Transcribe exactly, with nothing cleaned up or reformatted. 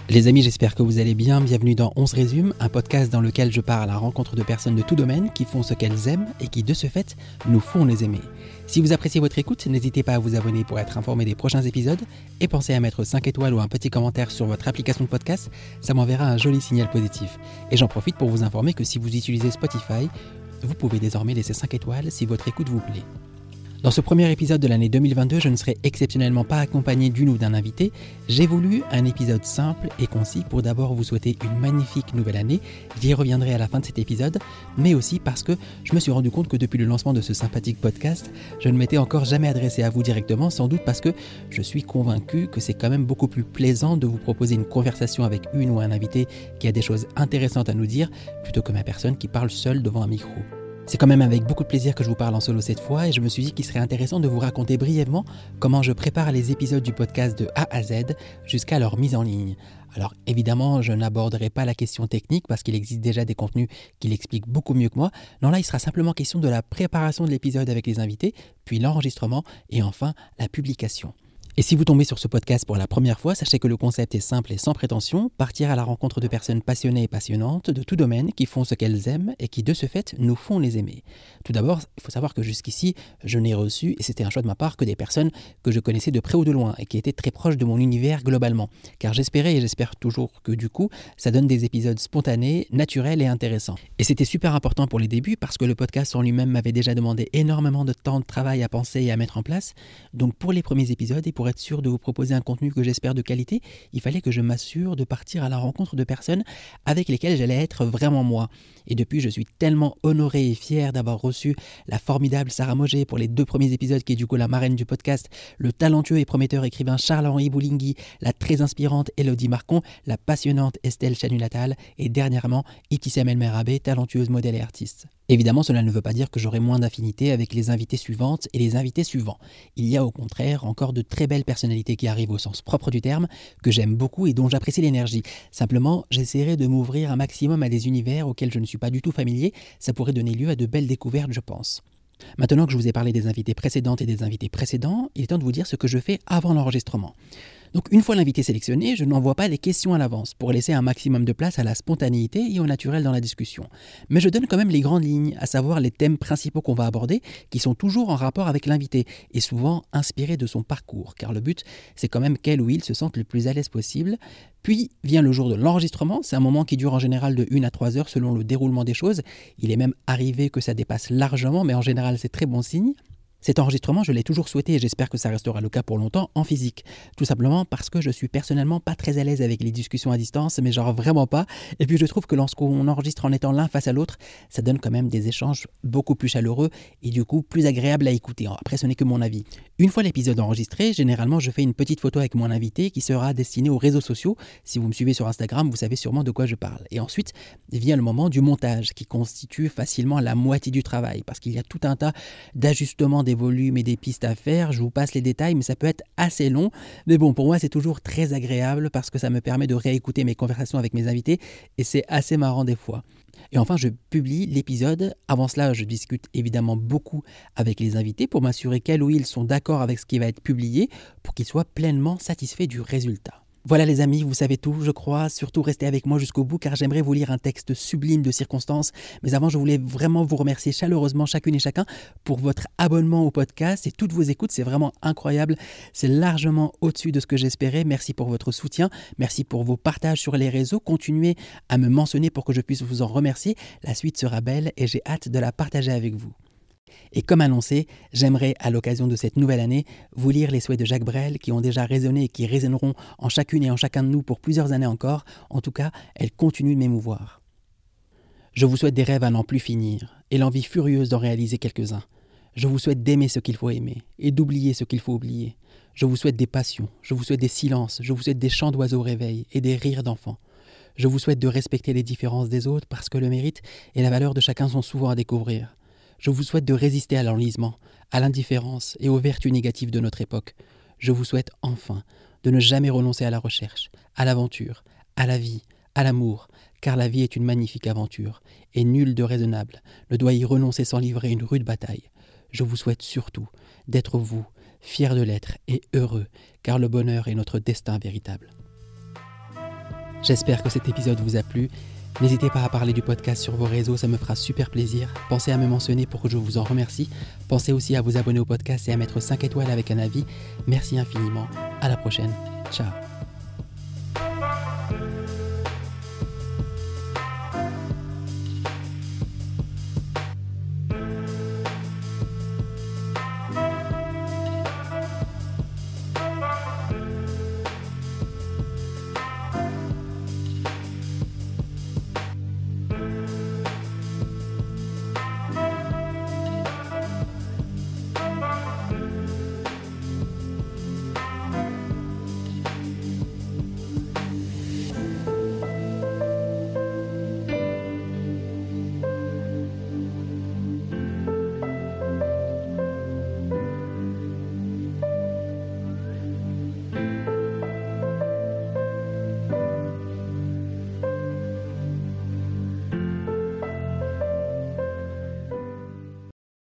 Les amis, j'espère que vous allez bien. Bienvenue dans On se résume, un podcast dans lequel je pars à la rencontre de personnes de tout domaine qui font ce qu'elles aiment et qui, de ce fait, nous font les aimer. Si vous appréciez votre écoute, n'hésitez pas à vous abonner pour être informé des prochains épisodes et pensez à mettre cinq étoiles ou un petit commentaire sur votre application de podcast, ça m'enverra un joli signal positif. Et j'en profite pour vous informer que si vous utilisez Spotify, vous pouvez désormais laisser cinq étoiles si votre écoute vous plaît. Dans ce premier épisode de l'année deux mille vingt-deux, je ne serai exceptionnellement pas accompagné d'une ou d'un invité. J'ai voulu un épisode simple et concis pour d'abord vous souhaiter une magnifique nouvelle année. J'y reviendrai à la fin de cet épisode, mais aussi parce que je me suis rendu compte que depuis le lancement de ce sympathique podcast, je ne m'étais encore jamais adressé à vous directement, sans doute parce que je suis convaincu que c'est quand même beaucoup plus plaisant de vous proposer une conversation avec une ou un invité qui a des choses intéressantes à nous dire, plutôt que ma personne qui parle seule devant un micro. C'est quand même avec beaucoup de plaisir que je vous parle en solo cette fois et je me suis dit qu'il serait intéressant de vous raconter brièvement comment je prépare les épisodes du podcast de A à Z jusqu'à leur mise en ligne. Alors évidemment, je n'aborderai pas la question technique parce qu'il existe déjà des contenus qui l'expliquent beaucoup mieux que moi. Non, là, il sera simplement question de la préparation de l'épisode avec les invités, puis l'enregistrement et enfin la publication. Et si vous tombez sur ce podcast pour la première fois, sachez que le concept est simple et sans prétention, partir à la rencontre de personnes passionnées et passionnantes de tout domaine qui font ce qu'elles aiment et qui de ce fait nous font les aimer. Tout d'abord, il faut savoir que jusqu'ici, je n'ai reçu, et c'était un choix de ma part, que des personnes que je connaissais de près ou de loin et qui étaient très proches de mon univers globalement. Car j'espérais et j'espère toujours que du coup, ça donne des épisodes spontanés, naturels et intéressants. Et c'était super important pour les débuts parce que le podcast en lui-même m'avait déjà demandé énormément de temps de travail à penser et à mettre en place. Donc pour les premiers épisodes et pour être sûr de vous proposer un contenu que j'espère de qualité, il fallait que je m'assure de partir à la rencontre de personnes avec lesquelles j'allais être vraiment moi. Et depuis, je suis tellement honoré et fier d'avoir reçu la formidable Sarah Moget pour les deux premiers épisodes, qui est du coup la marraine du podcast, le talentueux et prometteur écrivain Charles-Henri Boulingui, la très inspirante Elodie Marcon, la passionnante Estelle Chanunatal et dernièrement Ibtissam El Merabé, talentueuse modèle et artiste. Évidemment, cela ne veut pas dire que j'aurai moins d'affinité avec les invités suivantes et les invités suivants. Il y a au contraire encore de très belles personnalités qui arrivent au sens propre du terme, que j'aime beaucoup et dont j'apprécie l'énergie. Simplement, j'essaierai de m'ouvrir un maximum à des univers auxquels je ne suis pas du tout familier. Ça pourrait donner lieu à de belles découvertes, je pense. Maintenant que je vous ai parlé des invités précédentes et des invités précédents, il est temps de vous dire ce que je fais avant l'enregistrement. Donc une fois l'invité sélectionné, je n'envoie pas les questions à l'avance pour laisser un maximum de place à la spontanéité et au naturel dans la discussion. Mais je donne quand même les grandes lignes, à savoir les thèmes principaux qu'on va aborder, qui sont toujours en rapport avec l'invité et souvent inspirés de son parcours, car le but, c'est quand même qu'elle ou il se sente le plus à l'aise possible. Puis vient le jour de l'enregistrement, c'est un moment qui dure en général de une à trois heures selon le déroulement des choses. Il est même arrivé que ça dépasse largement, mais en général c'est très bon signe. Cet enregistrement, je l'ai toujours souhaité et j'espère que ça restera le cas pour longtemps en physique. Tout simplement parce que je suis personnellement pas très à l'aise avec les discussions à distance, mais genre vraiment pas. Et puis je trouve que lorsqu'on enregistre en étant l'un face à l'autre, ça donne quand même des échanges beaucoup plus chaleureux et du coup plus agréables à écouter. Après, ce n'est que mon avis. Une fois l'épisode enregistré, généralement je fais une petite photo avec mon invité qui sera destinée aux réseaux sociaux. Si vous me suivez sur Instagram, vous savez sûrement de quoi je parle. Et ensuite vient le moment du montage qui constitue facilement la moitié du travail parce qu'il y a tout un tas d'ajustements des volumes et des pistes à faire. Je vous passe les détails, mais ça peut être assez long. Mais bon, pour moi, c'est toujours très agréable parce que ça me permet de réécouter mes conversations avec mes invités et c'est assez marrant des fois. Et enfin, je publie l'épisode. Avant cela, je discute évidemment beaucoup avec les invités pour m'assurer qu'elles ou ils sont d'accord avec ce qui va être publié pour qu'ils soient pleinement satisfaits du résultat. Voilà les amis, vous savez tout, je crois. Surtout restez avec moi jusqu'au bout car j'aimerais vous lire un texte sublime de circonstances. Mais avant, je voulais vraiment vous remercier chaleureusement chacune et chacun pour votre abonnement au podcast et toutes vos écoutes. C'est vraiment incroyable. C'est largement au-dessus de ce que j'espérais. Merci pour votre soutien. Merci pour vos partages sur les réseaux. Continuez à me mentionner pour que je puisse vous en remercier. La suite sera belle et j'ai hâte de la partager avec vous. Et comme annoncé, j'aimerais, à l'occasion de cette nouvelle année, vous lire les souhaits de Jacques Brel qui ont déjà résonné et qui résonneront en chacune et en chacun de nous pour plusieurs années encore. En tout cas, elles continuent de m'émouvoir. Je vous souhaite des rêves à n'en plus finir et l'envie furieuse d'en réaliser quelques-uns. Je vous souhaite d'aimer ce qu'il faut aimer et d'oublier ce qu'il faut oublier. Je vous souhaite des passions, je vous souhaite des silences, je vous souhaite des chants d'oiseaux au réveil et des rires d'enfants. Je vous souhaite de respecter les différences des autres parce que le mérite et la valeur de chacun sont souvent à découvrir. Je vous souhaite de résister à l'enlisement, à l'indifférence et aux vertus négatives de notre époque. Je vous souhaite enfin de ne jamais renoncer à la recherche, à l'aventure, à la vie, à l'amour, car la vie est une magnifique aventure, et nul de raisonnable ne doit y renoncer sans livrer une rude bataille. Je vous souhaite surtout d'être vous, fiers de l'être et heureux, car le bonheur est notre destin véritable. J'espère que cet épisode vous a plu. N'hésitez pas à parler du podcast sur vos réseaux, ça me fera super plaisir. Pensez à me mentionner pour que je vous en remercie. Pensez aussi à vous abonner au podcast et à mettre cinq étoiles avec un avis. Merci infiniment. À la prochaine. Ciao.